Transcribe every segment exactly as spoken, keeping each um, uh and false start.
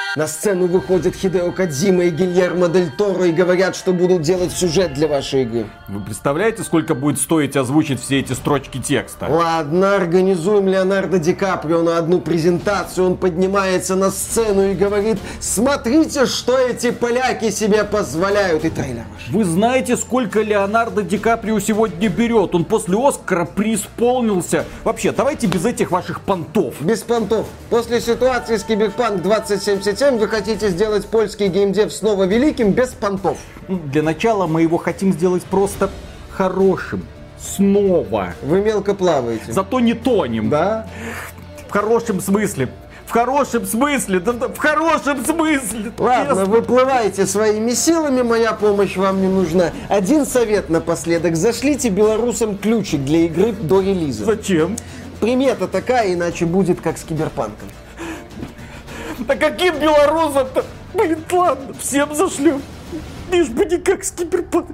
На сцену выходят Хидео Кодзима и Гильермо Дель Торо и говорят, что будут делать сюжет для вашей игры. Вы представляете, сколько будет стоить озвучить все эти строчки текста? Ладно, организуем Леонардо Ди Каприо на одну презентацию. Он поднимается на сцену и говорит: смотрите, что эти поляки себе позволяют. И трейлер ваш. Вы знаете, сколько Леонардо Ди Каприо сегодня берет? Он после Оскара преисполнился. Вообще, давайте без этих ваших понтов. Без понтов. После ситуации с Киберпанк двадцать семьдесят семь вы хотите сделать польский геймдев снова великим без понтов. Для начала мы его хотим сделать просто хорошим. Снова. Вы мелко плаваете. Зато не тонем. Да? В хорошем смысле. В хорошем смысле, да, в хорошем смысле. Ладно, Честно. выплывайте своими силами, моя помощь вам не нужна. Один совет напоследок. Зашлите белорусам ключик для игры до релиза. Зачем? Примета такая, иначе будет как с Киберпанком. Да каким белорусам-то? Блин, ладно, всем зашлю. Лишь бы не как с Киберпанком.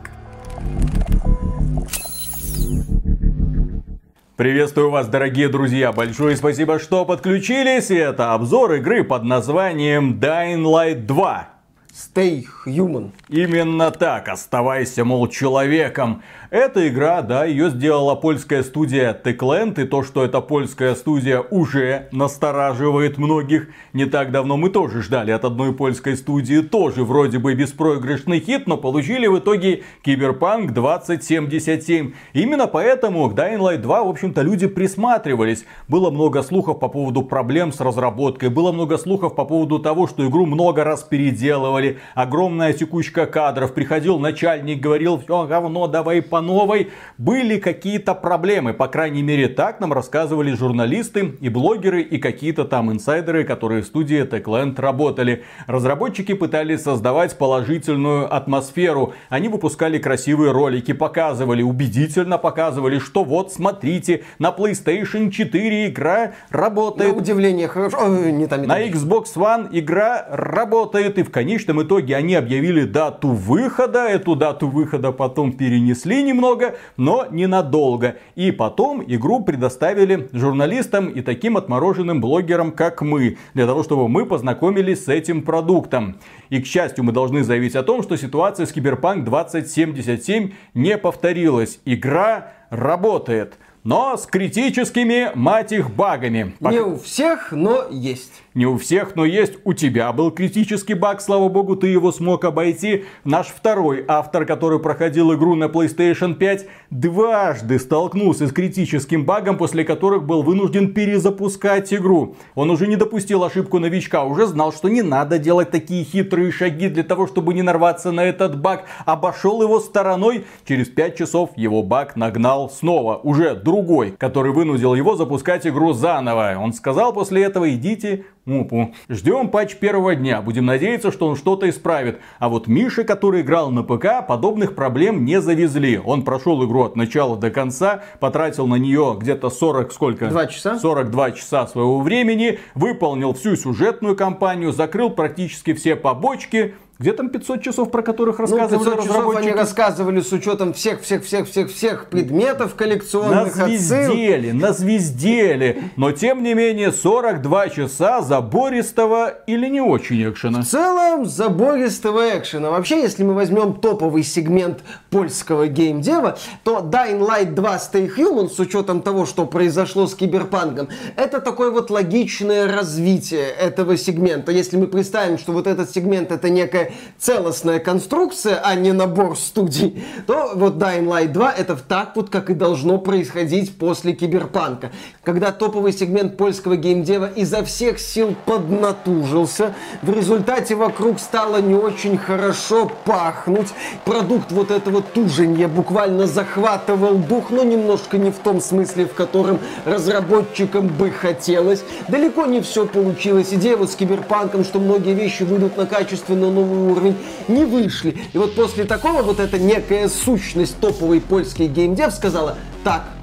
Приветствую вас, дорогие друзья, большое спасибо, что подключились. И это обзор игры под названием Dying Light два. Stay Human. Именно так, оставайся, мол, человеком. Эта игра, да, ее сделала польская студия Techland, и то, что эта польская студия уже настораживает многих. Не так давно мы тоже ждали от одной польской студии тоже вроде бы беспроигрышный хит, но получили в итоге Киберпанк двадцать семьдесят семь. Именно поэтому к Dying Light два, в общем-то, люди присматривались. Было много слухов по поводу проблем с разработкой, было много слухов по поводу того, что игру много раз переделывали, огромная текучка кадров, приходил начальник, говорил: все говно, давай по новой. Были какие-то проблемы, по крайней мере так нам рассказывали журналисты и блогеры и какие-то там инсайдеры, которые в студии Techland работали. Разработчики пытались создавать положительную атмосферу. Они выпускали красивые ролики, показывали, убедительно показывали, что вот смотрите, на PlayStation четыре игра работает. На удивление хорошо. Ой, не там, не там. На Xbox One игра работает. И в конечном итоге они объявили дату выхода. Эту дату выхода потом перенесли немного, но ненадолго. И потом игру предоставили журналистам и таким отмороженным блогерам, как мы, для того, чтобы мы познакомились с этим продуктом. И, к счастью, мы должны заявить о том, что ситуация с Киберпанк двадцать семьдесят семь не повторилась. Игра работает, но с критическими, мать их, багами. Не у всех, но есть. Не у всех, но есть. У тебя был критический баг, слава богу, ты его смог обойти. Наш второй автор, который проходил игру на PlayStation пять, дважды столкнулся с критическим багом, после которых был вынужден перезапускать игру. Он уже не допустил ошибку новичка, уже знал, что не надо делать такие хитрые шаги для того, чтобы не нарваться на этот баг. Обошел его стороной. Через пять часов его баг нагнал снова. Уже другой, который вынудил его запускать игру заново. Он сказал после этого: идите мупу. Ждем патч первого дня. Будем надеяться, что он что-то исправит. А вот Миша, который играл на ПК, подобных проблем не завезли. Он прошел игру от начала до конца, потратил на нее где-то сорок сколько? два часа. сорок два часа своего времени, выполнил всю сюжетную кампанию, закрыл практически все побочки. Где там пятьсот часов, про которых рассказывали ну, пятьсот часов они разработчики? рассказывали с учетом всех-всех-всех-всех-всех предметов коллекционных. Назвездели, назвездели. Но тем не менее сорок два часа забористого или не очень экшена. В целом забористого экшена. Вообще, если мы возьмем топовый сегмент польского геймдева, то Dying Light два Stay Human, с учетом того, что произошло с Киберпанком, это такое вот логичное развитие этого сегмента. Если мы представим, что вот этот сегмент это некая целостная конструкция, а не набор студий, то вот Dying Light два это так вот, как и должно происходить после Киберпанка. Когда топовый сегмент польского геймдева изо всех сил поднатужился, в результате вокруг стало не очень хорошо пахнуть, продукт вот этого туженья буквально захватывал дух, но немножко не в том смысле, в котором разработчикам бы хотелось. Далеко не все получилось. Идея вот с Киберпанком, что многие вещи выйдут на качественно новый уровень, не вышли. И вот после такого вот эта некая сущность, топовый польский геймдев сказала: так,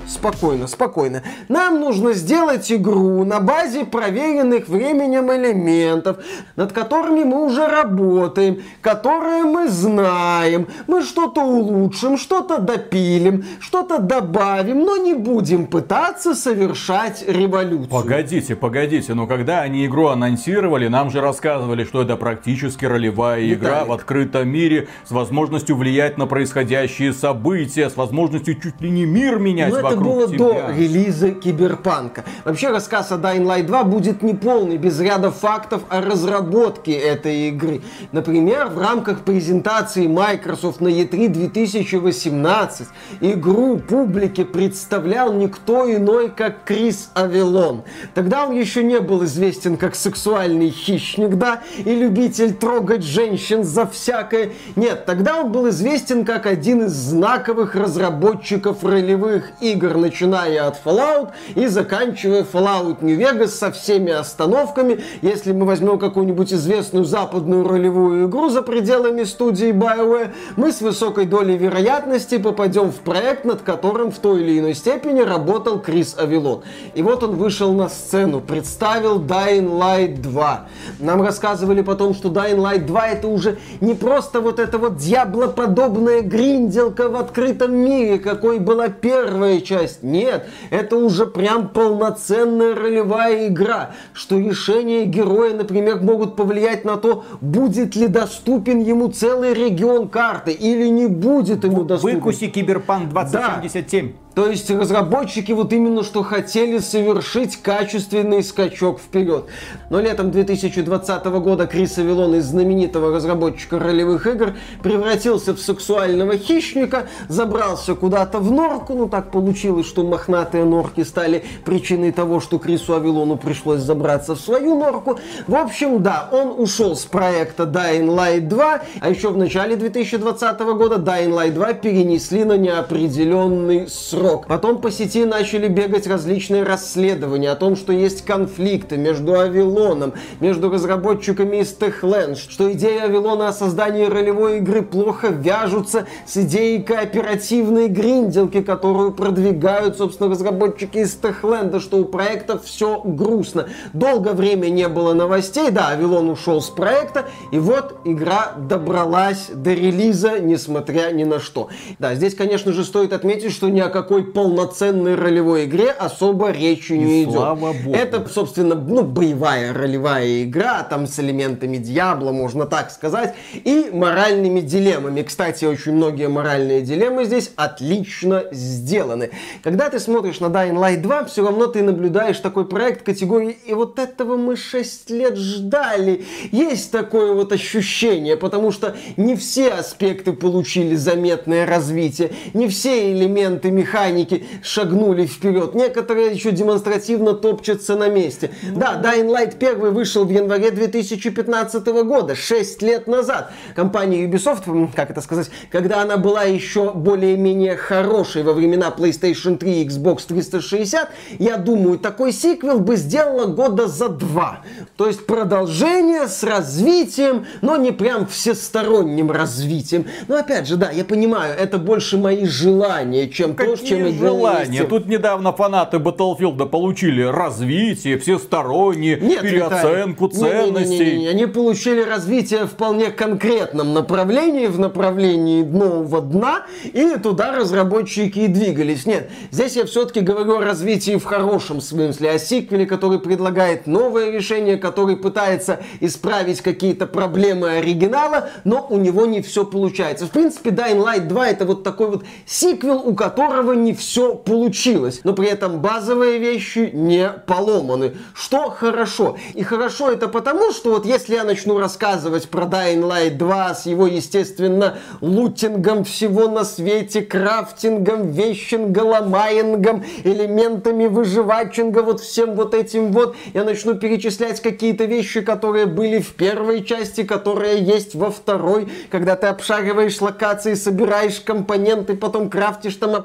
спокойно, спокойно. Нам нужно сделать игру на базе проверенных временем элементов, над которыми мы уже работаем, которые мы знаем. Мы что-то улучшим, что-то допилим, что-то добавим, но не будем пытаться совершать революцию. Погодите, погодите, но когда они игру анонсировали, нам же рассказывали, что это практически ролевая Виталик. игра в открытом мире с возможностью влиять на происходящие события, с возможностью чуть ли не мир менять но вокруг это было тебя. до релиза Киберпанка. Вообще рассказ о Dying Light два будет неполный, без ряда фактов о разработке этой игры. Например, в рамках презентации Microsoft на и три две тысячи восемнадцать игру публике представлял никто иной, как Крис Авелон. Тогда он еще не был известен как сексуальный хищник, да, и любитель трогать женщин за всякое. Нет, тогда он был известен как один из знаковых разработчиков ролевых игр, начиная от Fallout и заканчивая Fallout New Vegas со всеми остановками. Если мы возьмем какую-нибудь известную западную ролевую игру за пределами студии BioWare, мы с высокой долей вероятности попадем в проект, над которым в той или иной степени работал Крис Авелон. И вот он вышел на сцену, представил Dying Light два. Нам рассказывали потом, что Dying Light два это уже не просто вот эта вот дьяблоподобная гринделка в открытом мире, какой была первая часть. Нет, это уже прям полноценная ролевая игра, что решения героя, например, могут повлиять на то, будет ли доступен ему целый регион карты или не будет ему доступен. Выкуси Киберпанк двадцать семьдесят семь. Да. То есть разработчики вот именно что хотели совершить качественный скачок вперед. Но летом две тысячи двадцатого года Крис Авелон из знаменитого разработчика ролевых игр превратился в сексуального хищника, забрался куда-то в норку. Ну так получилось, что мохнатые норки стали причиной того, что Крису Авелону пришлось забраться в свою норку. В общем, да, он ушел с проекта Dying Light два, а еще в начале две тысячи двадцатого года Dying Light два перенесли на неопределенный срок. Потом по сети начали бегать различные расследования о том, что есть конфликты между Авелоном, между разработчиками из Techland, что идеи Авелона о создании ролевой игры плохо вяжутся с идеей кооперативной гринделки, которую продвигают, собственно, разработчики из Techland, что у проекта все грустно. Долгое время не было новостей, да, Авелон ушел с проекта, и вот игра добралась до релиза, несмотря ни на что. Да, здесь, конечно же, стоит отметить, что ни о какой полноценной ролевой игре особо речи не И идет. слава богу. Это, собственно, ну, боевая ролевая игра, там с элементами Диабло, можно так сказать, и моральными дилеммами. Кстати, очень многие моральные дилеммы здесь отлично сделаны. Когда ты смотришь на Dying Light два, все равно ты наблюдаешь такой проект категории «И вот этого мы шесть лет ждали». Есть такое вот ощущение, потому что не все аспекты получили заметное развитие, не все элементы механики шагнули вперед. Некоторые еще демонстративно топчутся на месте. Mm-hmm. Да, Dying Light один вышел в январе две тысячи пятнадцатого года, шесть лет назад. Компания Ubisoft, как это сказать, когда она была еще более-менее хорошей во времена PlayStation три и Xbox триста шестьдесят, я думаю, такой сиквел бы сделала года за два. То есть продолжение с развитием, но не прям всесторонним развитием. Но опять же, да, я понимаю, это больше мои желания, чем то, Какие чем желания? Тут недавно фанаты Battlefield получили развитие, всестороннее, Нет, переоценку Виталий, ценностей. Не, не, не, не. Они получили развитие в вполне конкретном направлении, в направлении нового дна, и туда разработчики и двигались. Нет, здесь я все-таки говорю о развитии в хорошем смысле, о сиквеле, который предлагает новое решение, который пытается исправить какие-то проблемы оригинала, но у него не все получается. В принципе, Dying Light два это вот такой вот сиквел, у которого не все получилось, но при этом базовые вещи не поломаны, что хорошо. И хорошо это потому, что вот если я начну рассказывать про Dying Light два с его, естественно, лутингом всего на свете, крафтингом, вещинга, ломаингом, элементами выживачинга, вот всем вот этим вот, я начну перечислять какие-то вещи, которые были в первой части, которые есть во второй, когда ты обшариваешь локации, собираешь компоненты, потом крафтишь там аптечки,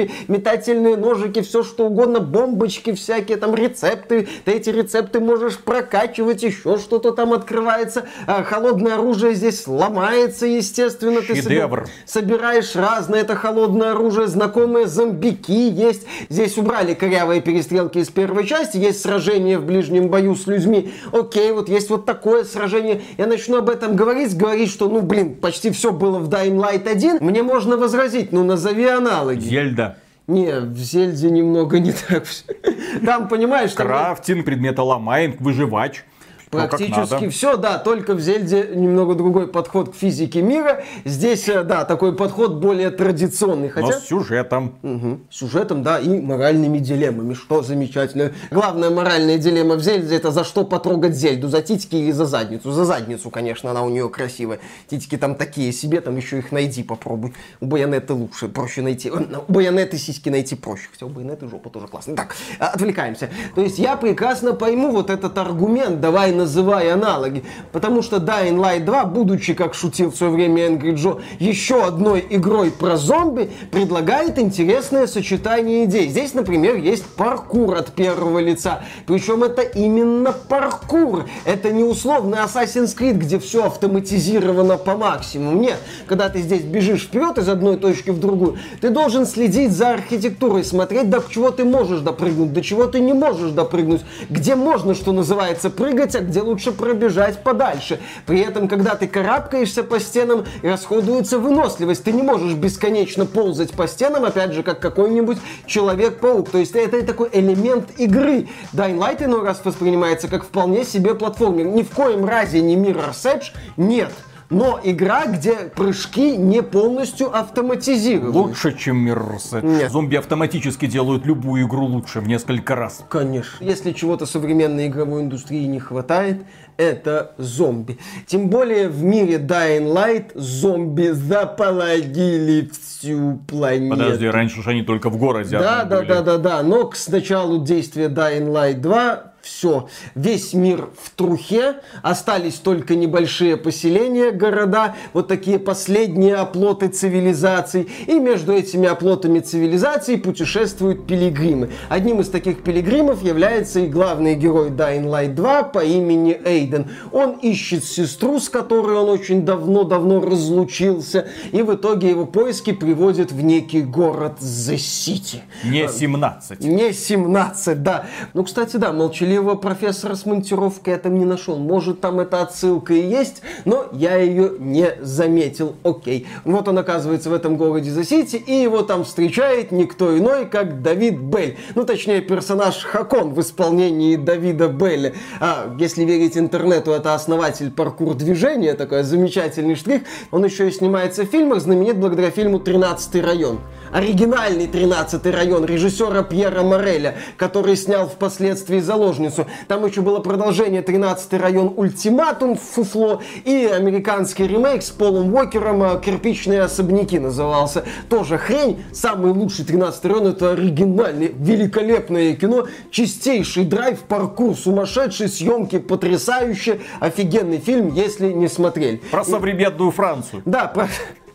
палочки, метательные ножики, все что угодно, бомбочки всякие, там рецепты. Ты эти рецепты можешь прокачивать, еще что-то там открывается. А холодное оружие здесь ломается, естественно. Шедевр. Ты собираешь разное это холодное оружие, знакомые зомбики есть. Здесь убрали корявые перестрелки из первой части, есть сражение в ближнем бою с людьми. Окей, вот есть вот такое сражение. Я начну об этом говорить, говорить, что, ну, блин, почти все было в Dying Light один. Мне можно возразить, ну, назови аналоги. Зельда. Не, в Зельде немного не так все. Там, понимаешь... Крафтинг, предметоломаем, выживач. Практически все, да, только в Зельде немного другой подход к физике мира. Здесь, да, такой подход более традиционный. Хотя... Но с сюжетом. Угу. С сюжетом, да, и моральными дилеммами, что замечательно. Главная моральная дилемма в Зельде — это за что потрогать Зельду, за титьки или за задницу. За задницу, конечно, она у нее красивая. Титьки там такие себе, там еще их найди, попробуй. У Байонеты лучше, проще найти. У Байонеты сиськи найти проще. Хотя у Байонеты жопа тоже классно. Так, отвлекаемся. То есть я прекрасно пойму вот этот аргумент, давай называй аналоги. Потому что Dying Light два, будучи, как шутил в свое время Angry Joe, еще одной игрой про зомби, предлагает интересное сочетание идей. Здесь, например, есть паркур от первого лица. Причем это именно паркур. Это не условный Assassin's Creed, где все автоматизировано по максимуму. Нет. Когда ты здесь бежишь вперед из одной точки в другую, ты должен следить за архитектурой, смотреть, до чего ты можешь допрыгнуть, до чего ты не можешь допрыгнуть, где можно, что называется, прыгать, а где лучше пробежать подальше. При этом, когда ты карабкаешься по стенам, расходуется выносливость. Ты не можешь бесконечно ползать по стенам, опять же, как какой-нибудь Человек-паук. То есть это такой элемент игры. Dying Light иной раз воспринимается как вполне себе платформер. Ни в коем разе не Mirror's Edge, нет. Но игра, где прыжки не полностью автоматизированы. Лучше, чем Mirror's Edge. Нет. Зомби автоматически делают любую игру лучше в несколько раз. Конечно. Если чего-то современной игровой индустрии не хватает, это зомби. Тем более в мире Dying Light зомби заполонили всю планету. Подожди, раньше же они только в городе Да, да, были. да, да, да. Но к началу действия Dying Light два все, весь мир в трухе, остались только небольшие поселения, города, вот такие последние оплоты цивилизаций, и между этими оплотами цивилизаций путешествуют пилигримы. Одним из таких пилигримов является и главный герой Dying Light два по имени Эйден. Он ищет сестру, с которой он очень давно-давно разлучился, и в итоге его поиски приводят в некий город The City. Не семнадцать. Не семнадцать, да. Ну, кстати, да, молчаливый профессора с монтировкой я там не нашел. Может, там эта отсылка и есть, но я ее не заметил. Окей. Вот он оказывается в этом городе The City, и его там встречает никто иной, как Давид Белль. Ну, точнее, персонаж Хакон в исполнении Давида Белля. А, если верить интернету, это основатель паркур-движения, такой замечательный штрих. Он еще и снимается в фильмах, знаменит благодаря фильму «тринадцатый район». Оригинальный «тринадцатый район» режиссера Пьера Мореля, который снял впоследствии «Заложницу». Там еще было продолжение «тринадцатый район. Ультиматум» фуфло и американский ремейк с Полом Уокером «Кирпичные особняки» назывался. Тоже хрень. Самый лучший «тринадцатый район» — это оригинальное, великолепное кино, чистейший драйв, паркур, сумасшедшие съемки, потрясающий, офигенный фильм, если не смотрели. Про современную Францию. Да, про...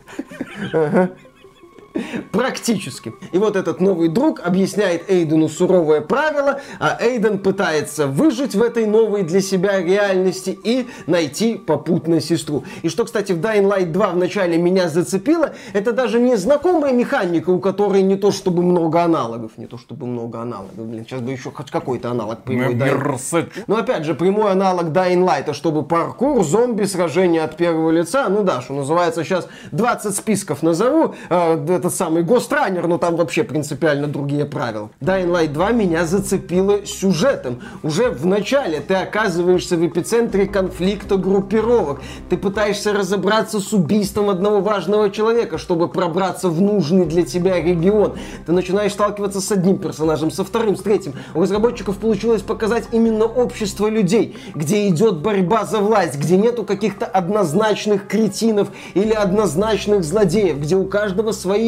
Практически. И вот этот новый друг объясняет Эйдену суровое правило, а Эйден пытается выжить в этой новой для себя реальности и найти попутно сестру. И что, кстати, в Dying Light два вначале меня зацепило, это даже не знакомая механика, у которой не то чтобы много аналогов, не то чтобы много аналогов. Блин, сейчас бы еще хоть какой-то аналог прямой Dying. Но опять же, прямой аналог Dying Light, чтобы паркур, зомби, сражение от первого лица, ну да, что называется, сейчас двадцать списков назову, э, этот самый Ghost Runner, но там вообще принципиально другие правила. Dying Light два меня зацепило сюжетом. Уже в начале ты оказываешься в эпицентре конфликта группировок. Ты пытаешься разобраться с убийством одного важного человека, чтобы пробраться в нужный для тебя регион. Ты начинаешь сталкиваться с одним персонажем, со вторым, с третьим. У разработчиков получилось показать именно общество людей, где идет борьба за власть, где нету каких-то однозначных кретинов или однозначных злодеев, где у каждого свои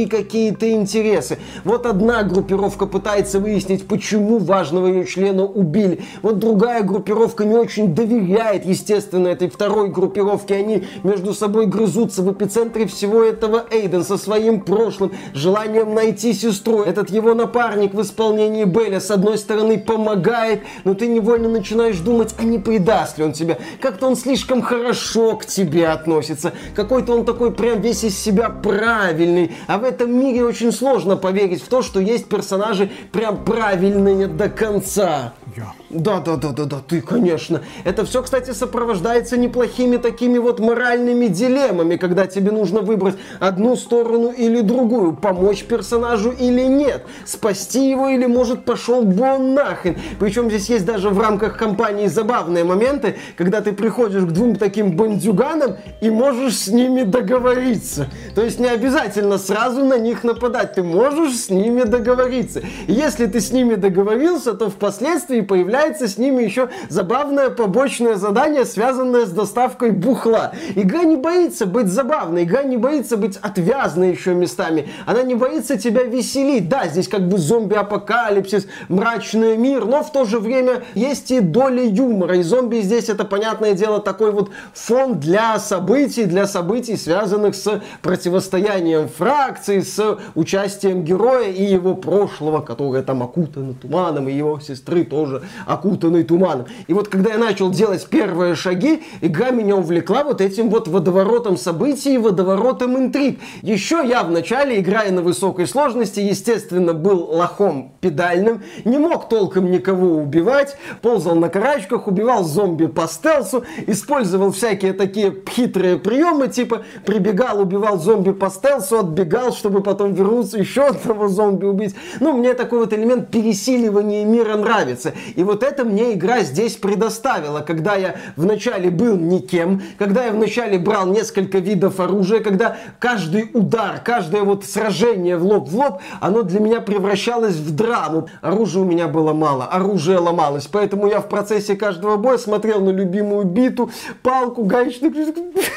какие-то интересы. Вот одна группировка пытается выяснить, почему важного ее члена убили. Вот другая группировка не очень доверяет, естественно, этой второй группировке. Они между собой грызутся. В эпицентре всего этого Эйден со своим прошлым, желанием найти сестру. Этот его напарник в исполнении Белля, с одной стороны, помогает, но ты невольно начинаешь думать, а не предаст ли он тебя. Как-то он слишком хорошо к тебе относится. Какой-то он такой прям весь из себя правильный. А в этом мире очень сложно поверить в то, что есть персонажи прям правильные до конца. Я. Да, да, да, да, да, ты, конечно. Это все, кстати, сопровождается неплохими такими вот моральными дилеммами, когда тебе нужно выбрать одну сторону или другую, помочь персонажу или нет, спасти его или, может, пошел бы он нахрен. Причем здесь есть даже в рамках кампании забавные моменты, когда ты приходишь к двум таким бандюганам и можешь с ними договориться. То есть не обязательно сразу на них нападать, ты можешь с ними договориться. И если ты с ними договорился, то впоследствии появляется с ними еще забавное побочное задание, связанное с доставкой бухла. Игра не боится быть забавной, игра не боится быть отвязной еще местами. Она не боится тебя веселить. Да, здесь как бы зомби-апокалипсис, мрачный мир, но в то же время есть и доля юмора. И зомби здесь, это, понятное дело, такой вот фон для событий, для событий, связанных с противостоянием фракций, с участием героя и его прошлого, которое там окутано туманом, и его сестры тоже окутанной туманом. И вот когда я начал делать первые шаги, игра меня увлекла вот этим вот водоворотом событий и водоворотом интриг. Еще я в начале, играя на высокой сложности, естественно, был лохом педальным, не мог толком никого убивать, ползал на карачках, убивал зомби по стелсу, использовал всякие такие хитрые приемы, типа прибегал, убивал зомби по стелсу, отбегал, чтобы потом вернуться, еще одного зомби убить. Ну, мне такой вот элемент пересиливания мира нравится. И вот это мне игра здесь предоставила, когда я вначале был никем, когда я вначале брал несколько видов оружия, когда каждый удар, каждое вот сражение в лоб в лоб, оно для меня превращалось в драму. Оружия у меня было мало, оружие ломалось, поэтому я в процессе каждого боя смотрел на любимую биту, палку, гаечный ключ.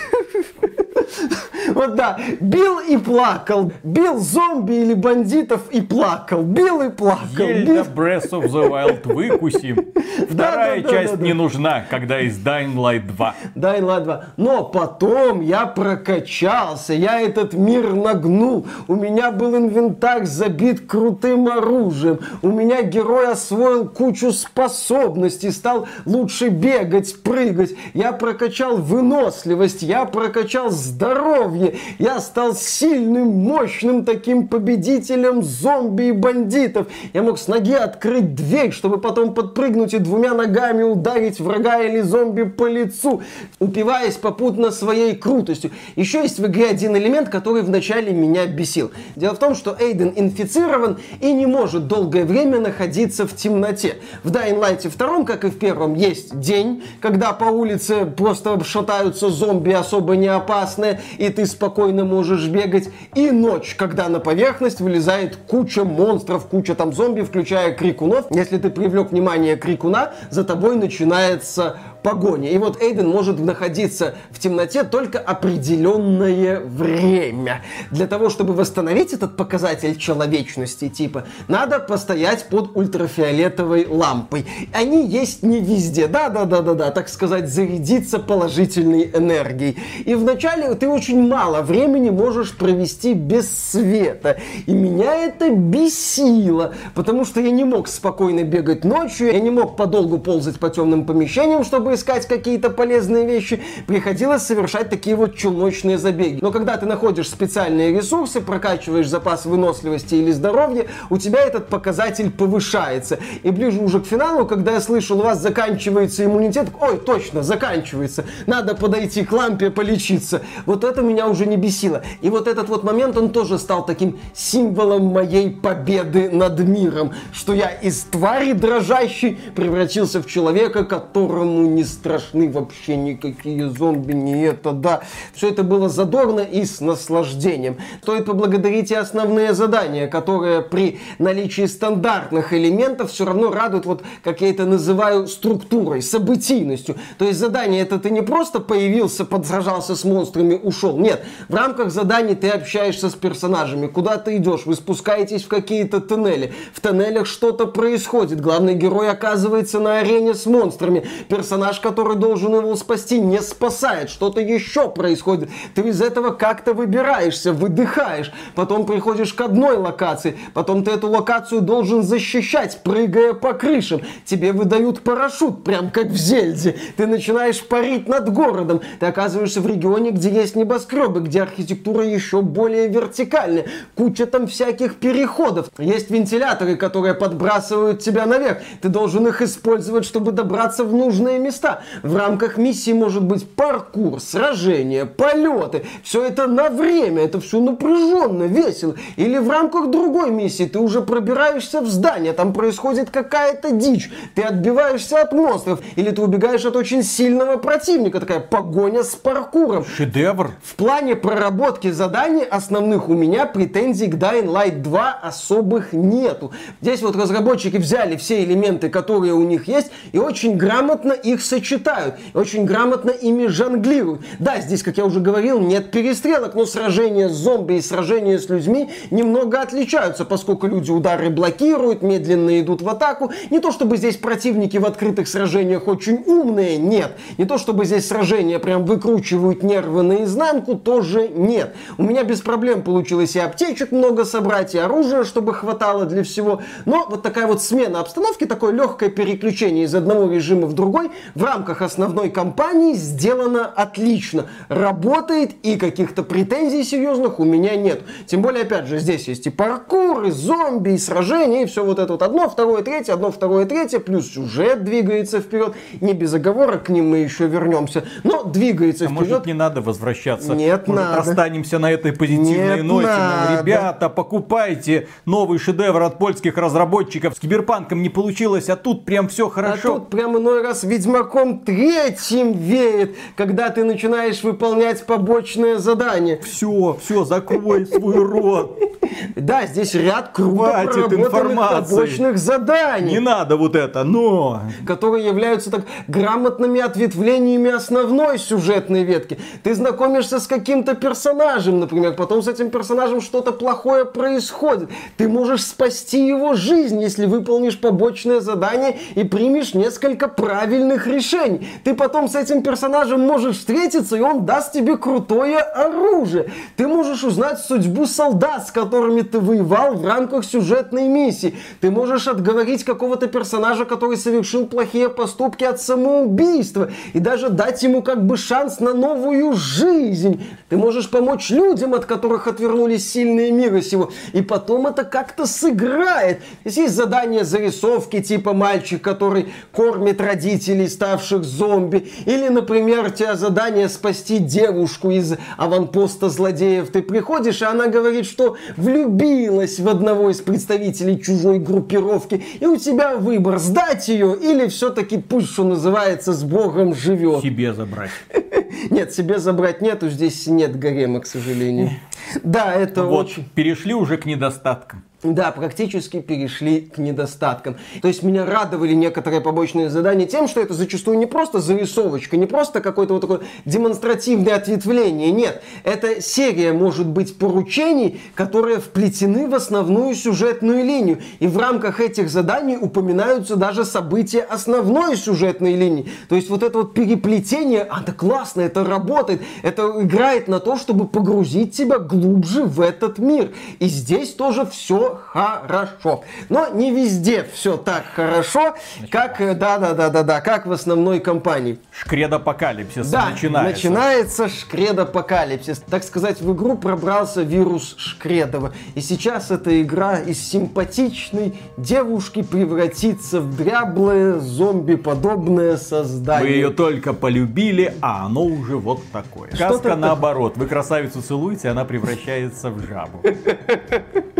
Вот да, бил и плакал, бил зомби или бандитов и плакал, бил и плакал. Зельда Breath of the Wild выкусим. Вторая да, да, часть да, да, не да. нужна, когда есть Dying Light два. Dying Light два. Но потом я прокачался, я этот мир нагнул. У меня был инвентарь забит крутым оружием. У меня герой освоил кучу способностей, стал лучше бегать, прыгать. Я прокачал выносливость, я прокачал здоровье. Я стал сильным, мощным таким победителем зомби и бандитов. Я мог с ноги открыть дверь, чтобы потом подпрыгнуть и двумя ногами ударить врага или зомби по лицу, упиваясь попутно своей крутостью. Еще есть в игре один элемент, который вначале меня бесил. Дело в том, что Эйден инфицирован и не может долгое время находиться в темноте. В Dying Light два, как и в первом, есть день, когда по улице просто шатаются зомби особо не опасные, и ты спокойно можешь бегать. И ночь, когда на поверхность вылезает куча монстров, куча там зомби, включая крикунов. Если ты привлек внимание крикуна, за тобой начинается погоня. И вот Эйден может находиться в темноте только определенное время. Для того, чтобы восстановить этот показатель человечности, типа, надо постоять под ультрафиолетовой лампой. Они есть не везде. Да-да-да-да-да, так сказать, зарядиться положительной энергией. И вначале ты очень мало времени можешь провести без света. И меня это бесило, потому что я не мог спокойно бегать ночью, я не мог подолгу ползать по темным помещениям, чтобы искать какие-то полезные вещи, приходилось совершать такие вот челночные забеги. Но когда ты находишь специальные ресурсы, прокачиваешь запас выносливости или здоровья, у тебя этот показатель повышается. И ближе уже к финалу, когда я слышал, у вас заканчивается иммунитет, ой, точно, заканчивается, надо подойти к лампе полечиться. Вот это меня уже не бесило. И вот этот вот момент, он тоже стал таким символом моей победы над миром, что я из твари дрожащей превратился в человека, которому не не страшны вообще никакие зомби, не это, да. Все это было задорно и с наслаждением. Стоит поблагодарить и основные задания, которые при наличии стандартных элементов все равно радуют, вот как я это называю, структурой, событийностью. То есть задание это ты не просто появился, подсражался с монстрами, ушел. Нет, в рамках заданий ты общаешься с персонажами, куда ты идешь, вы спускаетесь в какие-то тоннели. В тоннелях что-то происходит. Главный герой оказывается на арене с монстрами. Персонаж, который должен его спасти, не спасает. Что-то еще происходит. Ты из этого как-то выбираешься, выдыхаешь. Потом приходишь к одной локации. Потом ты эту локацию должен защищать, прыгая по крышам. Тебе выдают парашют, прям как в Зельде. Ты начинаешь парить над городом. Ты оказываешься в регионе, где есть небоскребы, где архитектура еще более вертикальная. Куча там всяких переходов. Есть вентиляторы, которые подбрасывают тебя наверх. Ты должен их использовать, чтобы добраться в нужные места. В рамках миссии может быть паркур, сражения, полеты. Все это на время. Это все напряженно, весело. Или в рамках другой миссии ты уже пробираешься в здание. Там происходит какая-то дичь. Ты отбиваешься от монстров. Или ты убегаешь от очень сильного противника. Такая погоня с паркуром. Шедевр. В плане проработки заданий основных у меня претензий к Dying Light два особых нету. Здесь вот разработчики взяли все элементы, которые у них есть, и очень грамотно их сочетают. И очень грамотно ими жонглируют. Да, здесь, как я уже говорил, нет перестрелок, но сражения с зомби и сражения с людьми немного отличаются, поскольку люди удары блокируют, медленно идут в атаку. Не то, чтобы здесь противники в открытых сражениях очень умные, нет. Не то, чтобы здесь сражения прям выкручивают нервы наизнанку, тоже нет. У меня без проблем получилось и аптечек много собрать, и оружия, чтобы хватало для всего. Но вот такая вот смена обстановки, такое легкое переключение из одного режима в другой в рамках основной кампании сделано отлично. Работает, и каких-то претензий серьезных у меня нет. Тем более, опять же, здесь есть и паркур, и зомби, и сражения, и все вот это вот одно, второе, третье, одно, второе, третье, плюс сюжет двигается вперед. Не без оговорок, к ним мы еще вернемся, но двигается а вперед. Может, не надо возвращаться? Нет, Может, надо. Останемся на этой позитивной Нет, ноте. надо. Мол, ребята, покупайте новый шедевр от польских разработчиков. С Киберпанком не получилось, а тут прям все хорошо. А тут прям иной раз Ведьмаком третьим веет, когда ты начинаешь выполнять побочные задания. Все, все, закрой свой рот. Да, здесь ряд круто Хватит проработанных информации. побочных заданий. Не надо вот это, но... Которые являются так грамотными ответвлениями основной сюжетной ветки. Ты знакомишься с каким-то персонажем, например, потом с этим персонажем что-то плохое происходит. Ты можешь спасти его жизнь, если выполнишь побочное задание и примешь несколько правильных решений. Ты потом с этим персонажем можешь встретиться, и он даст тебе крутое оружие. Ты можешь узнать судьбу солдат, с которыми ты воевал в рамках сюжетной миссии. Ты можешь отговорить какого-то персонажа, который совершил плохие поступки, от самоубийства. И даже дать ему как бы шанс на новую жизнь. Ты можешь помочь людям, от которых отвернулись сильные мира сего. И потом это как-то сыграет. Здесь есть задания зарисовки, типа мальчик, который кормит родителей, ставших зомби. Или, например, у тебя задание спасти девушку из аванпоста злодеев. Ты приходишь, и она говорит, что влюбилась в одного из представителей чужой группировки. И у тебя выбор, сдать ее или все-таки пусть, что называется, с Богом живет. Себе забрать. Нет, себе забрать нету, здесь нет гарема, к сожалению. Да, это Вот, очень... перешли уже к недостаткам. Да, практически перешли к недостаткам. То есть меня радовали некоторые побочные задания тем, что это зачастую не просто зарисовочка, не просто какое-то вот такое демонстративное ответвление. Нет, это серия, может быть, поручений, которые вплетены в основную сюжетную линию. И в рамках этих заданий упоминаются даже события основной сюжетной линии. То есть вот это вот переплетение, а, да классно, это работает. Это играет на то, чтобы погрузить тебя глубже в этот мир. И здесь тоже все хорошо. Но не везде все так хорошо, как, да-да-да-да-да, как в основной кампании. Шкредапокалипсис Да, начинается. начинается шкредапокалипсис. Так сказать, в игру пробрался вирус Шкредова. И сейчас эта игра из симпатичной девушки превратится в дряблое зомби-подобное создание. Вы ее только полюбили, а оно уже вот такое. Что-то Сказка так- наоборот. Вы красавицу целуете, она превращается в жабу.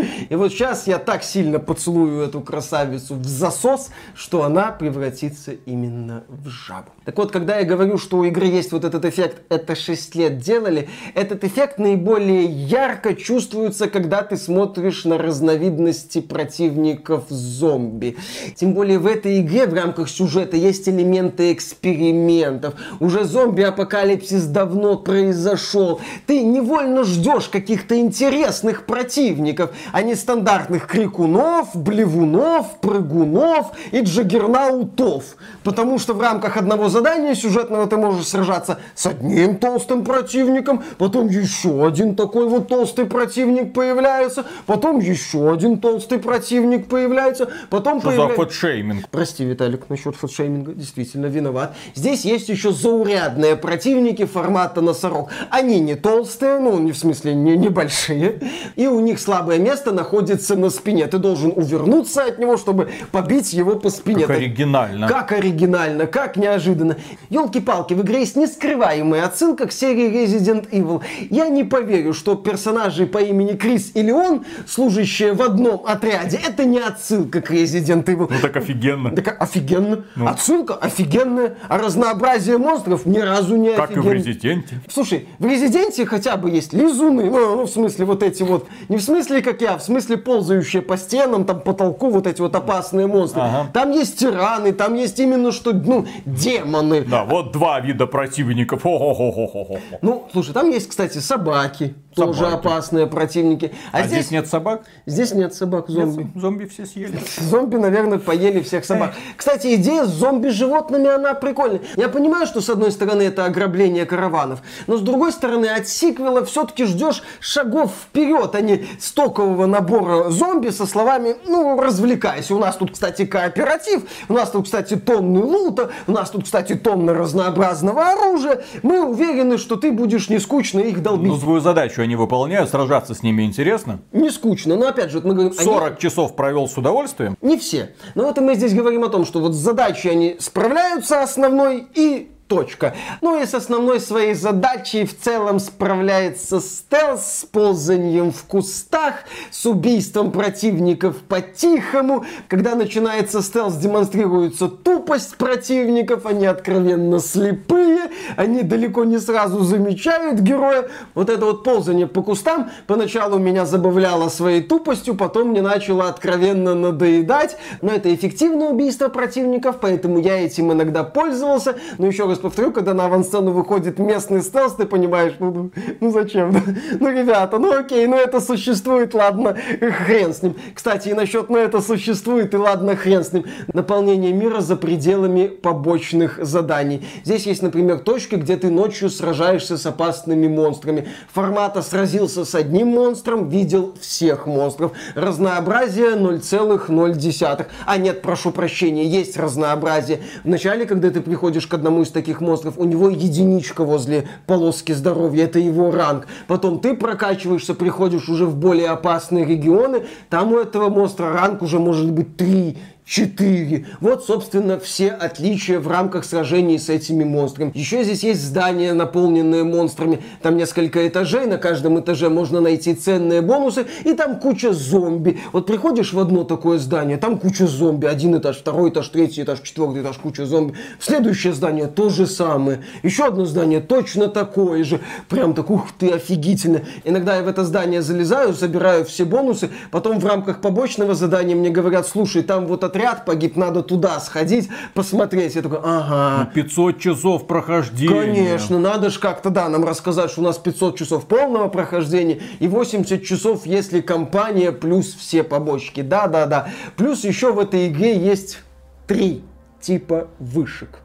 И вот сейчас я так сильно поцелую эту красавицу в засос, что она превратится именно в жабу. Так вот, когда я говорю, что у игры есть вот этот эффект, это шесть лет делали, этот эффект наиболее ярко чувствуется, когда ты смотришь на разновидности противников зомби. Тем более в этой игре в рамках сюжета есть элементы экспериментов. Уже зомби-апокалипсис давно произошел. Ты невольно ждешь каких-то интересных противников, а не стандартных крикунов, блевунов, прыгунов и джаггернаутов. Потому что в рамках одного задания сюжетного ты можешь сражаться с одним толстым противником, потом еще один такой вот толстый противник появляется, потом еще один толстый противник появляется, потом Что появляется... за фэтшейминг? Прости, Виталик, насчет фэтшейминга действительно виноват. Здесь есть еще заурядные противники формата носорог. Они не толстые, ну, не в смысле не небольшие, и у них слабое место находится на спине. Ты должен увернуться от него, чтобы побить его по спине. Как оригинально. Как оригинально, как неожиданно. Ёлки-палки, в игре есть нескрываемая отсылка к серии Resident Evil. Я не поверю, что персонажи по имени Крис или он, служащие в одном отряде, это не отсылка к Resident Evil. Ну так офигенно. Так офигенно. Ну. Отсылка офигенная. А разнообразие монстров ни разу не Как офигенно. и в Резиденте. Слушай, в Резиденте хотя бы есть лизуны, ну, ну, в смысле вот эти вот, не в смысле как я, в смысле ползающие по стенам, там, потолку, вот эти вот опасные монстры. Ага. Там есть тираны, там есть именно что, ну, демоны. Да, вот два вида противников. Хо-хо-хо-хо-хо. Ну, слушай, там есть, кстати, собаки, тоже Собаки. опасные противники. А, А здесь, здесь нет собак? здесь нет собак, зомби. Зомби все съели. Зомби, наверное, поели всех собак. Кстати, идея с зомби-животными, она прикольная. Я понимаю, что, с одной стороны, это ограбление караванов, но, с другой стороны, от сиквела все-таки ждешь шагов вперед, а не стокового набора зомби со словами, ну, развлекайся. У нас тут, кстати, кооператив, у нас тут, кстати, тонны лута, у нас тут, кстати, тонны разнообразного оружия. Мы уверены, что ты будешь не скучно их долбить. Ну, свою задачу они выполняют, сражаться с ними интересно. Не скучно, но опять же, вот мы говорим... они- сорок часов провел с удовольствием. Не все. Но вот и мы здесь говорим о том, что вот с задачей они справляются основной и точка. Ну и с основной своей задачей в целом справляется стелс с ползанием в кустах, с убийством противников по-тихому. Когда начинается стелс, демонстрируется тупость противников, они откровенно слепые, они далеко не сразу замечают героя. Вот это вот ползание по кустам поначалу меня забавляло своей тупостью, потом мне начало откровенно надоедать. Но это эффективное убийство противников, поэтому я этим иногда пользовался. Но еще раз повторю, когда на авансцену выходит местный стелс, ты понимаешь, ну, ну, ну зачем? Ну, ребята, ну окей, ну это существует, ладно, хрен с ним. Кстати, и насчет «ну это существует» и ладно, хрен с ним. Наполнение мира за пределами побочных заданий. Здесь есть, например, точки, где ты ночью сражаешься с опасными монстрами. Формата сразился с одним монстром, видел всех монстров. Разнообразие ноль целых ноль десятых. А нет, прошу прощения, есть разнообразие. Вначале, когда ты приходишь к одному из таких монстров, у него единичка возле полоски здоровья, это его ранг. Потом ты прокачиваешься, приходишь уже в более опасные регионы, там у этого монстра ранг уже может быть три, четыре. Вот, собственно, все отличия в рамках сражений с этими монстрами. Еще здесь есть здания, наполненные монстрами. Там несколько этажей, на каждом этаже можно найти ценные бонусы, и там куча зомби. Вот приходишь в одно такое здание, там куча зомби. Один этаж, второй этаж, третий этаж, четвертый этаж, куча зомби. В следующее здание то же самое. Еще одно здание точно такое же. Прям так, ух ты, офигительно. Иногда я в это здание залезаю, забираю все бонусы, потом в рамках побочного задания мне говорят: слушай, там вот отряд погиб, надо туда сходить, посмотреть. Я такой, ага. пятьсот часов прохождения. Конечно, надо же как-то, да, нам рассказать, что у нас пятьсот часов полного прохождения и восемьдесят часов, если компания плюс все побочки. Да-да-да. Плюс еще в этой игре есть три типа вышек.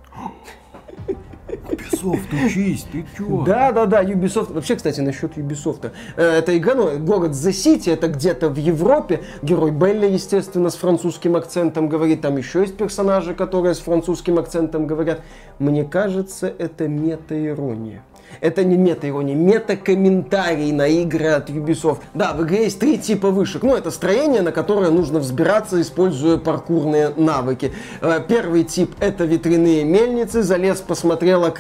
Ubisoft, учись, ты чё? Да-да-да, Ubisoft. Вообще, кстати, насчет Ubisoft. Это игра, ну, город The City, это где-то в Европе. Герой Белли, естественно, с французским акцентом говорит. Там еще есть персонажи, которые с французским акцентом говорят. Мне кажется, это мета-ирония. Это не мета-ирония, мета-комментарий на игры от Ubisoft. Да, в игре есть три типа вышек. Ну, это строение, на которое нужно взбираться, используя паркурные навыки. Первый тип — это ветряные мельницы. Залез, посмотрел окрестности,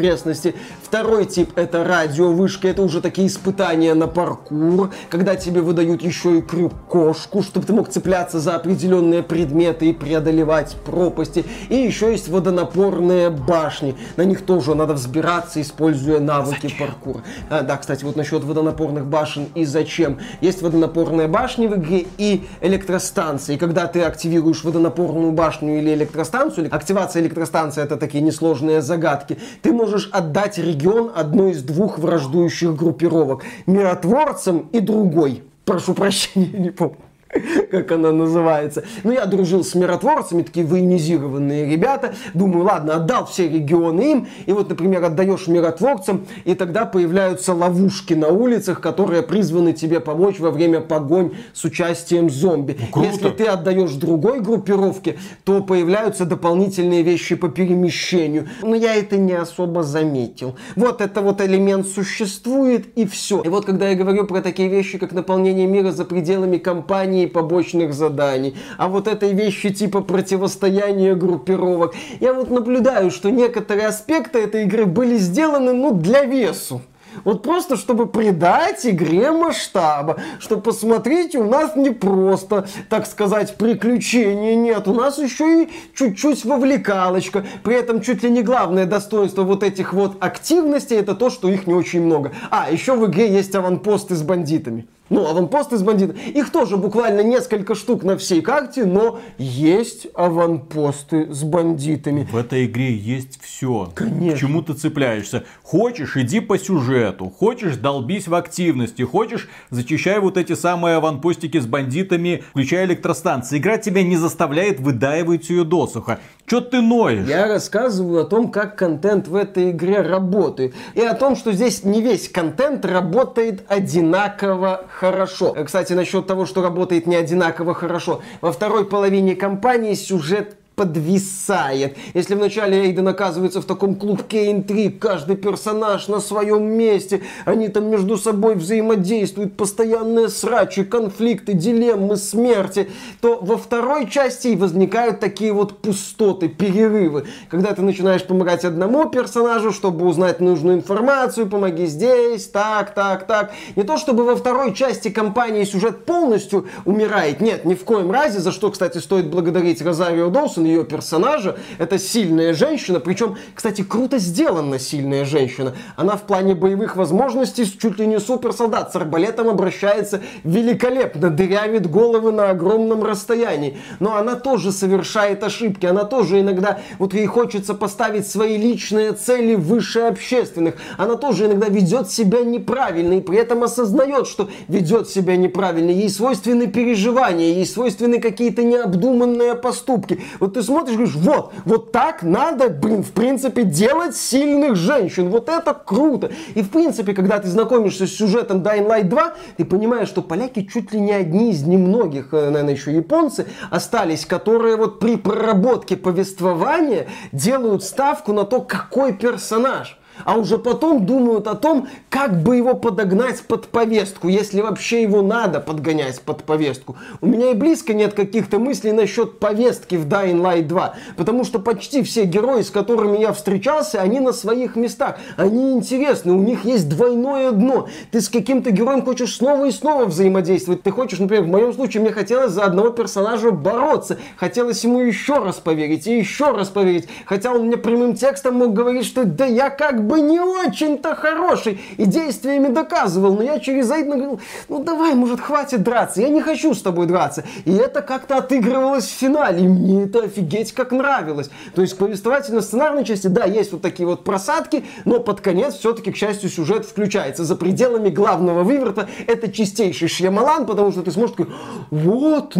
окрестности. Второй тип — это радиовышка, это уже такие испытания на паркур, когда тебе выдают еще и крюк-кошку, чтобы ты мог цепляться за определенные предметы и преодолевать пропасти. И еще есть водонапорные башни, на них тоже надо взбираться, используя навыки зачем? паркура. А, да, кстати, вот насчет водонапорных башен и зачем. Есть водонапорные башни в игре и электростанции. Когда ты активируешь водонапорную башню или электростанцию, активация электростанции — это такие несложные загадки, ты можешь отдать регион одной из двух враждующих группировок. Миротворцам и другой. Прошу прощения, не помню, как она называется. Ну, я дружил с миротворцами, такие военизированные ребята. Думаю, ладно, отдал все регионы им. И вот, например, отдаешь миротворцам, и тогда появляются ловушки на улицах, которые призваны тебе помочь во время погонь с участием зомби. Ну, если ты отдаешь другой группировке, то появляются дополнительные вещи по перемещению. Но я это не особо заметил. Вот это вот элемент существует, и все. И вот когда я говорю про такие вещи, как наполнение мира за пределами кампании, побочных заданий, а вот этой вещи типа противостояния группировок, я вот наблюдаю, что некоторые аспекты этой игры были сделаны, ну, для весу. Вот просто, чтобы придать игре масштаба. Что, посмотрите, у нас не просто, так сказать, приключения. Нет, у нас еще и чуть-чуть вовлекалочка. При этом чуть ли не главное достоинство вот этих вот активностей — это то, что их не очень много. А, еще в игре есть аванпосты с бандитами. Ну, аванпосты с бандитами. Их тоже буквально несколько штук на всей карте, но есть аванпосты с бандитами. В этой игре есть все. Конечно. К чему ты цепляешься? Хочешь, иди по сюжету. Хочешь, долбись в активности. Хочешь, зачищай вот эти самые аванпостики с бандитами, включая электростанции. Игра тебя не заставляет выдаивать ее досуха. Чё ты ноешь? Я рассказываю о том, как контент в этой игре работает. И о том, что здесь не весь контент работает одинаково хорошо. Кстати, насчет того, что работает не одинаково хорошо. Во второй половине кампании сюжет подвисает. Если вначале Эйден оказывается в таком клубке интриг, каждый персонаж на своем месте, они там между собой взаимодействуют, постоянные срачи, конфликты, дилеммы, смерти, то во второй части возникают такие вот пустоты, перерывы, когда ты начинаешь помогать одному персонажу, чтобы узнать нужную информацию, помоги здесь, так, так, так. Не то чтобы во второй части кампании сюжет полностью умирает, нет, ни в коем разе, за что, кстати, стоит благодарить Розарио Доусон, ее персонажа. Это сильная женщина, причем, кстати, круто сделана сильная женщина. Она в плане боевых возможностей чуть ли не суперсолдат, с арбалетом обращается великолепно, дырявит головы на огромном расстоянии. Но она тоже совершает ошибки, она тоже иногда, вот ей хочется поставить свои личные цели выше общественных. Она тоже иногда ведет себя неправильно и при этом осознает, что ведет себя неправильно. Ей свойственны переживания, ей свойственны какие-то необдуманные поступки. Вот ты смотришь и говоришь, вот, вот так надо, блин, в принципе, делать сильных женщин. Вот это круто. И, в принципе, когда ты знакомишься с сюжетом Dying Light два, ты понимаешь, что поляки чуть ли не одни из немногих, наверное, еще японцы, остались, которые вот при проработке повествования делают ставку на то, какой персонаж. А уже потом думают о том, как бы его подогнать под повестку, если вообще его надо подгонять под повестку. У меня и близко нет каких-то мыслей насчет повестки в Dying Light два, потому что почти все герои, с которыми я встречался, они на своих местах, они интересны, у них есть двойное дно. Ты с каким-то героем хочешь снова и снова взаимодействовать, ты хочешь, например, в моем случае мне хотелось за одного персонажа бороться, хотелось ему еще раз поверить и еще раз поверить, хотя он мне прямым текстом мог говорить, что да я как бы не очень-то хороший и действиями доказывал, но я через Эйдена говорил, ну давай, может, хватит драться, я не хочу с тобой драться. И это как-то отыгрывалось в финале, и мне это офигеть как нравилось. То есть в повествовательно-сценарной части, да, есть вот такие вот просадки, но под конец все-таки, к счастью, сюжет включается. За пределами главного выверта это чистейший Шьямалан, потому что ты сможешь такой, вот,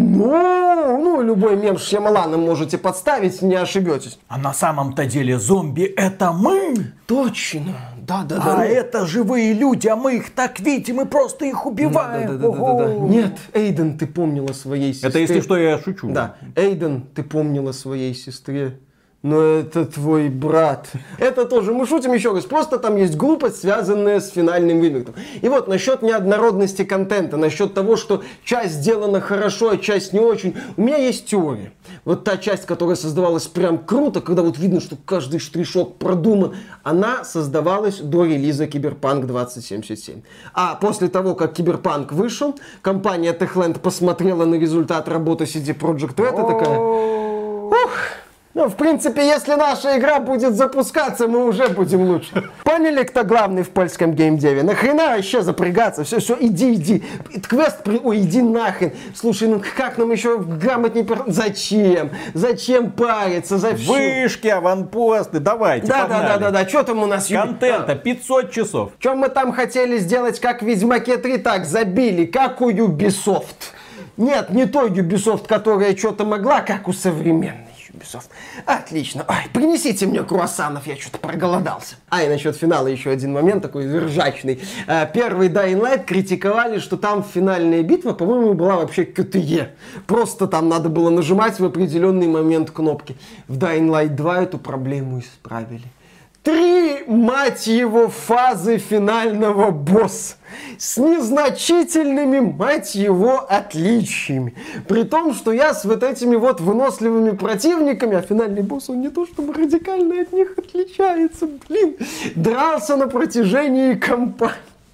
ну, ну, любой мем с Шьямаланом можете подставить, не ошибетесь. А на самом-то деле зомби это мы! Точно, да, да, а да. это живые люди, а мы их так видим, мы просто их убиваем. Да, да, да, да, да, да. Нет, Эйден, ты помнил о своей сестре. Это если что, я шучу. Да, Эйден, ты помнил о своей сестре. Но это твой брат. Это тоже, мы шутим еще раз, просто там есть глупость, связанная с финальным вымертом. И вот насчет неоднородности контента, насчет того, что часть сделана хорошо, а часть не очень, у меня есть теория. Вот та часть, которая создавалась прям круто, когда вот видно, что каждый штришок продуман, она создавалась до релиза Киберпанк двадцать семьдесят семь. А после того, как Киберпанк вышел, компания Techland посмотрела на результат работы си ди Projekt Red и такая... Ух! Ну, в принципе, если наша игра будет запускаться, мы уже будем лучше. Поняли, кто главный в польском геймдеве? Нахрена еще запрягаться? Все, все, иди, иди. Квест, при... ой, иди нахрен. Слушай, ну как нам еще грамотнее... Зачем? Зачем париться? За всю... Вышки, аванпосты, давайте, да, погнали. Да, да, да, да, что там у нас? Контента пятьсот часов. Что мы там хотели сделать, как в Ведьмаке три, так забили, как у Ubisoft. Нет, не той Ubisoft, которая что-то могла, как у современной. Ubisoft. Отлично. Ой, принесите мне круассанов, я что-то проголодался. А, и насчет финала еще один момент такой ржачный. Первый Dying Light критиковали, что там финальная битва, по-моему, была вообще ка тэ е. Просто там надо было нажимать в определенный момент кнопки. В Dying Light два эту проблему исправили. Три, мать его, фазы финального босса. С незначительными, мать его, отличиями. При том, что я с вот этими вот выносливыми противниками, а финальный босс, он не то чтобы радикально от них отличается, блин, дрался на протяжении кампании.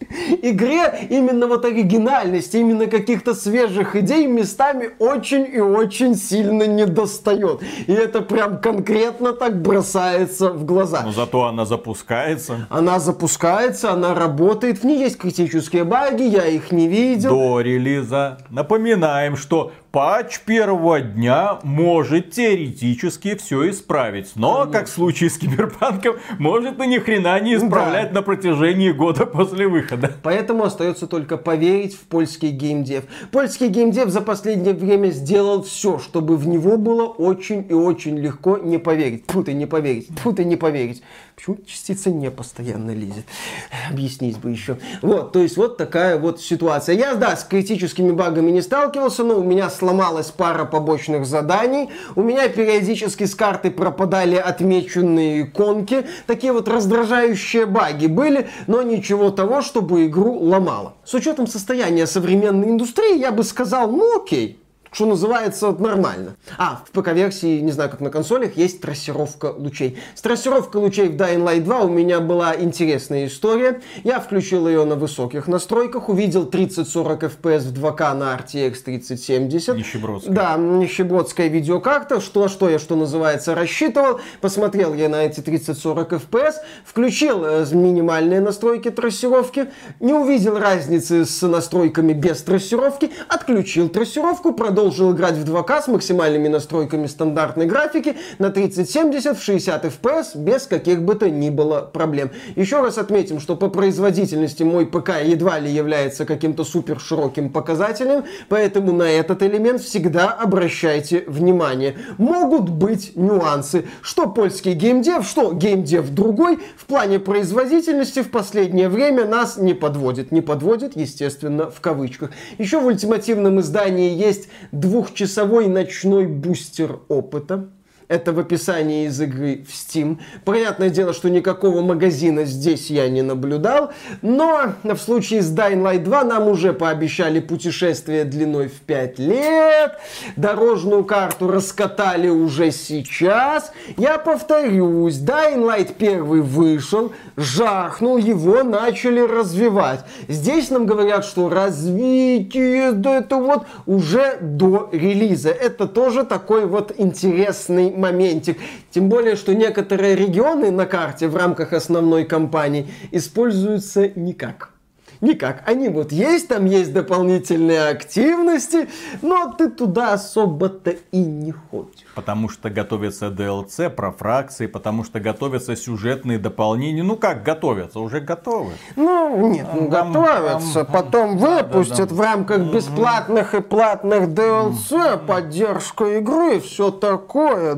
Игре именно вот оригинальности, именно каких-то свежих идей местами очень и очень сильно недостает. И это прям конкретно так бросается в глаза. Но зато она запускается. Она запускается, она работает. В ней есть критические баги, я их не видел. До релиза. Напоминаем, что патч первого дня может теоретически все исправить. Но, конечно, как в случае с Киберпанком, может и ни хрена не исправлять, да, на протяжении года после выхода. Поэтому остается только поверить в польский геймдев. Польский геймдев за последнее время сделал все, чтобы в него было очень и очень легко не поверить. Тьфу ты, не поверить. Тьфу ты, не поверить. Почему частица не постоянно лезет? Объяснить бы еще. Вот, то есть вот такая вот ситуация. Я, да, с критическими багами не сталкивался, но у меня сломалась пара побочных заданий. У меня периодически с карты пропадали отмеченные иконки. Такие вот раздражающие баги были, но ничего того, чтобы игру ломало. С учетом состояния современной индустрии, я бы сказал, ну окей. Что называется, нормально. А, в ПК-версии, не знаю, как на консолях, есть трассировка лучей. С трассировкой лучей в Dying Light два у меня была интересная история. Я включил ее на высоких настройках, увидел тридцать сорок эф пи эс в два ка на эр ти экс тридцать семьдесят. Нищебродская. Да, нищебродская видеокарта. Что, что я, что называется, рассчитывал. Посмотрел я на эти тридцать сорок эф пи эс, включил э, минимальные настройки трассировки, не увидел разницы с настройками без трассировки, отключил трассировку, продолжил Продолжил играть в два ка с максимальными настройками стандартной графики на тридцать семьдесят в шестьдесят эф пи эс без каких бы то ни было проблем. Еще раз отметим, что по производительности мой ПК едва ли является каким-то супер широким показателем, поэтому на этот элемент всегда обращайте внимание. Могут быть нюансы. Что польский геймдев, что геймдев другой в плане производительности в последнее время нас не подводит. Не подводит, естественно, в кавычках. Еще в ультимативном издании есть двухчасовой ночной бустер опыта. Это в описании из игры в Steam. Понятное дело, что никакого магазина здесь я не наблюдал, но в случае с Dying Light два нам уже пообещали путешествие длиной в пять лет, дорожную карту раскатали уже сейчас. Я повторюсь, Dying Light один вышел, жахнул, его начали развивать. Здесь нам говорят, что развитие, да это вот уже до релиза. Это тоже такой вот интересный моментик. Тем более, что некоторые регионы на карте в рамках основной кампании используются никак. Никак. Они вот есть, там есть дополнительные активности, но ты туда особо-то и не ходишь. Потому что готовится ди эл си про фракции, потому что готовятся сюжетные дополнения. Ну как готовятся? Уже готовы. Ну, нет, ну Там, готовятся. там, Потом да, выпустят да, да. в рамках бесплатных и платных ди эл си поддержку игры и все такое, да.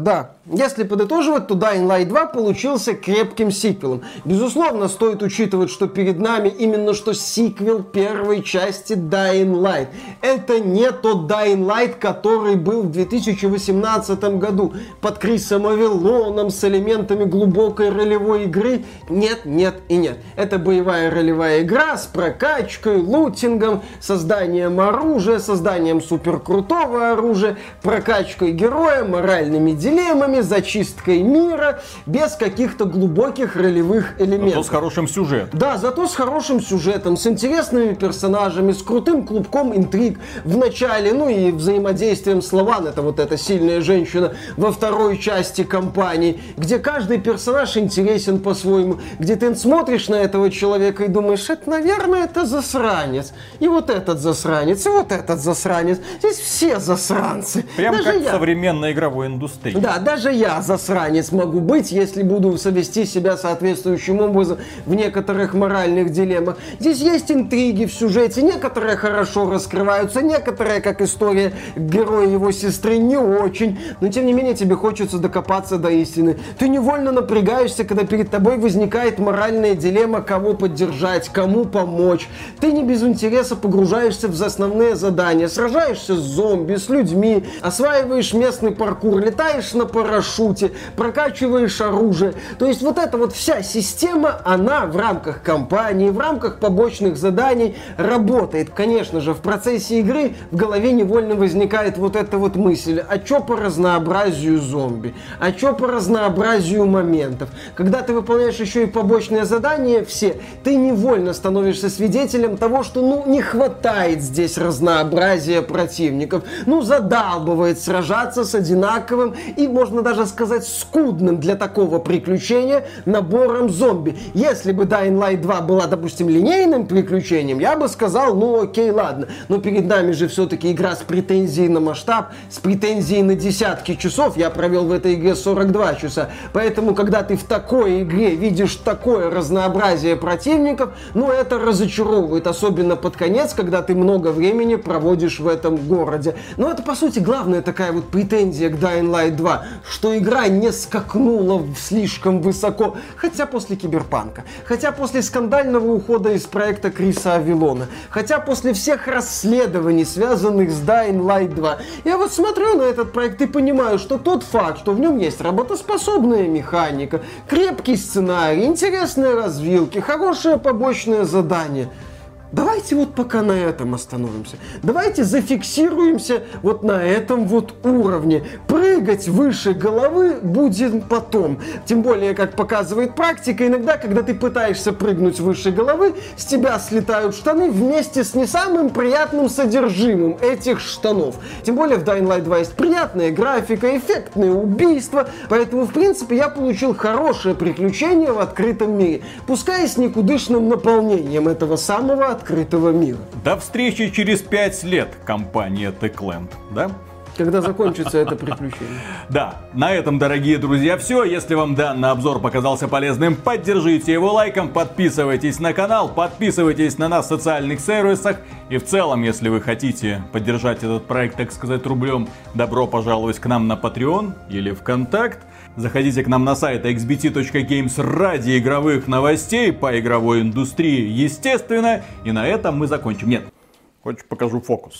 Если подытоживать, то Dying Light два получился крепким сиквелом. Безусловно, стоит учитывать, что перед нами именно что сиквел первой части Dying Light. Это не тот Dying Light, который был в две тысячи восемнадцатом году под Крисом Авилоном с элементами глубокой ролевой игры. Нет, нет и нет. Это боевая ролевая игра с прокачкой, лутингом, созданием оружия, созданием суперкрутого оружия, прокачкой героя, моральными дилеммами, зачисткой мира, без каких-то глубоких ролевых элементов. Зато с хорошим сюжетом. Да, зато с хорошим сюжетом, с интересными персонажами, с крутым клубком интриг в начале, ну и взаимодействием с Лаван, это вот эта сильная женщина, во второй части кампании, где каждый персонаж интересен по-своему, где ты смотришь на этого человека и думаешь, это, наверное, это засранец. И вот этот засранец, и вот этот засранец. Здесь все засранцы. Прям даже как я. в современной игровой индустрии. Да, даже я засранец могу быть, если буду совести себя соответствующим образом в некоторых моральных дилеммах. Здесь есть интриги в сюжете, некоторые хорошо раскрываются, некоторые, как история героя и его сестры, не очень. Но, тем не менее, тебе хочется докопаться до истины. Ты невольно напрягаешься, когда перед тобой возникает моральная дилемма, кого поддержать, кому помочь. Ты не без интереса погружаешься в основные задания, сражаешься с зомби, с людьми, осваиваешь местный паркур, летаешь на парашюте, прокачиваешь оружие. То есть вот эта вот вся система, она в рамках кампании, в рамках побочных заданий работает. Конечно же, в процессе игры в голове невольно возникает вот эта вот мысль, а чё по разнообразию зомби, а чё по разнообразию моментов. Когда ты выполняешь еще и побочные задания все, ты невольно становишься свидетелем того, что ну не хватает здесь разнообразия противников. Ну задалбывает сражаться с одинаковым и, можно даже сказать, скудным для такого приключения набором зомби. Если бы Dying Light два была, допустим, линейным приключением, я бы сказал, ну окей, ладно. Но перед нами же все-таки игра с претензией на масштаб, с претензией на десятки часов. Я провел в этой игре сорок два часа. Поэтому, когда ты в такой игре видишь такое разнообразие противников, ну это разочаровывает. Особенно под конец, когда ты много времени проводишь в этом городе. Но это, по сути, главная такая вот претензия к Dying Light два, что игра не скакнула слишком высоко, хотя после Киберпанка, хотя после скандального ухода из проекта Криса Авилона, хотя после всех расследований, связанных с Dying Light два. Я вот смотрю на этот проект и понимаю, что тот факт, что в нем есть работоспособная механика, крепкий сценарий, интересные развилки, хорошее побочное задание. Давайте вот пока на этом остановимся. Давайте зафиксируемся вот на этом вот уровне. Прыгать выше головы будем потом. Тем более, как показывает практика, иногда, когда ты пытаешься прыгнуть выше головы, с тебя слетают штаны вместе с не самым приятным содержимым этих штанов. Тем более в Dying Light два есть приятная графика, эффектные убийства. Поэтому, в принципе, я получил хорошее приключение в открытом мире. Пускай и с никудышным наполнением этого самого открытого мира. До встречи через пять лет, компания Techland, да? Когда закончится это приключение. Да, на этом, дорогие друзья, все. Если вам данный обзор показался полезным, поддержите его лайком, подписывайтесь на канал, подписывайтесь на нас в социальных сервисах. И в целом, если вы хотите поддержать этот проект, так сказать, рублем, добро пожаловать к нам на Patreon или ВКонтакт. Заходите к нам на сайт икс би ти точка геймс ради игровых новостей по игровой индустрии, естественно. И на этом мы закончим. Нет, хочешь покажу фокус?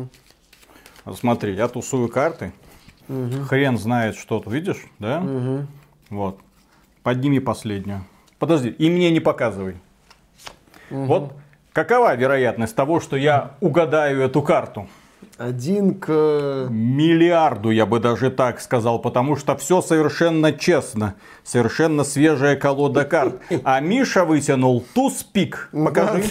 Угу. Смотри, я тусую карты. Угу. Хрен знает что тут, видишь, да? Угу. Вот. Подними последнюю. Подожди, и мне не показывай. Угу. Вот какова вероятность того, что я угадаю эту карту? Один к... Миллиарду, я бы даже так сказал, потому что все совершенно честно. Совершенно свежая колода карт. А Миша вытянул туз-пик. Покажи.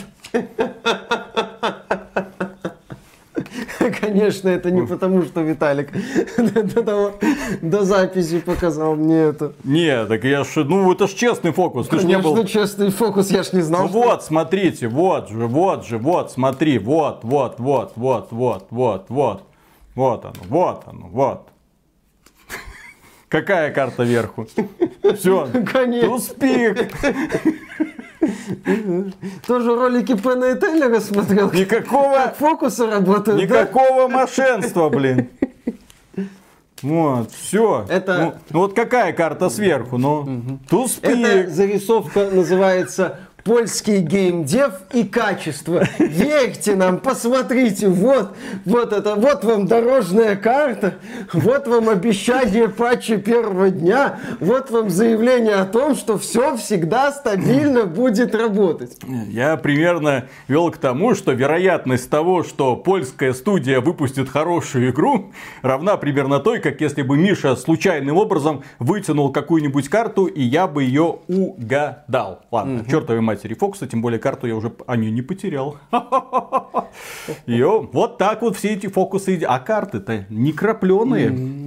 Конечно, это не потому, что Виталик до, того, до записи показал мне это. Не, так я ж, ну это ж честный фокус. Ты Конечно, ж не был... честный фокус, я ж не знал. Ну что... вот, смотрите, вот же, вот же, вот, смотри, вот, вот, вот, вот, вот, вот, вот. Вот оно, вот оно, вот. Какая карта вверху? Все, туз-пик. Тоже ролики Пена и Теллера смотрел? Никакого... Как фокусы работают, Никакого да? мошенства, блин. Вот, все. Это- Ну, вот какая карта сверху? Ну, туз Эта пик. зарисовка называется «Польский геймдев и качество». Верьте нам, посмотрите, вот, вот это, вот вам дорожная карта, вот вам обещание патча первого дня, вот вам заявление о том, что все всегда стабильно будет работать. Я примерно вел к тому, что вероятность того, что польская студия выпустит хорошую игру, равна примерно той, как если бы Миша случайным образом вытянул какую-нибудь карту, и я бы ее угадал. Ладно, чертовой матери Фокса, тем более карту я уже о ней не потерял. Ее вот так вот все эти фокусы. А карты-то не крапленые.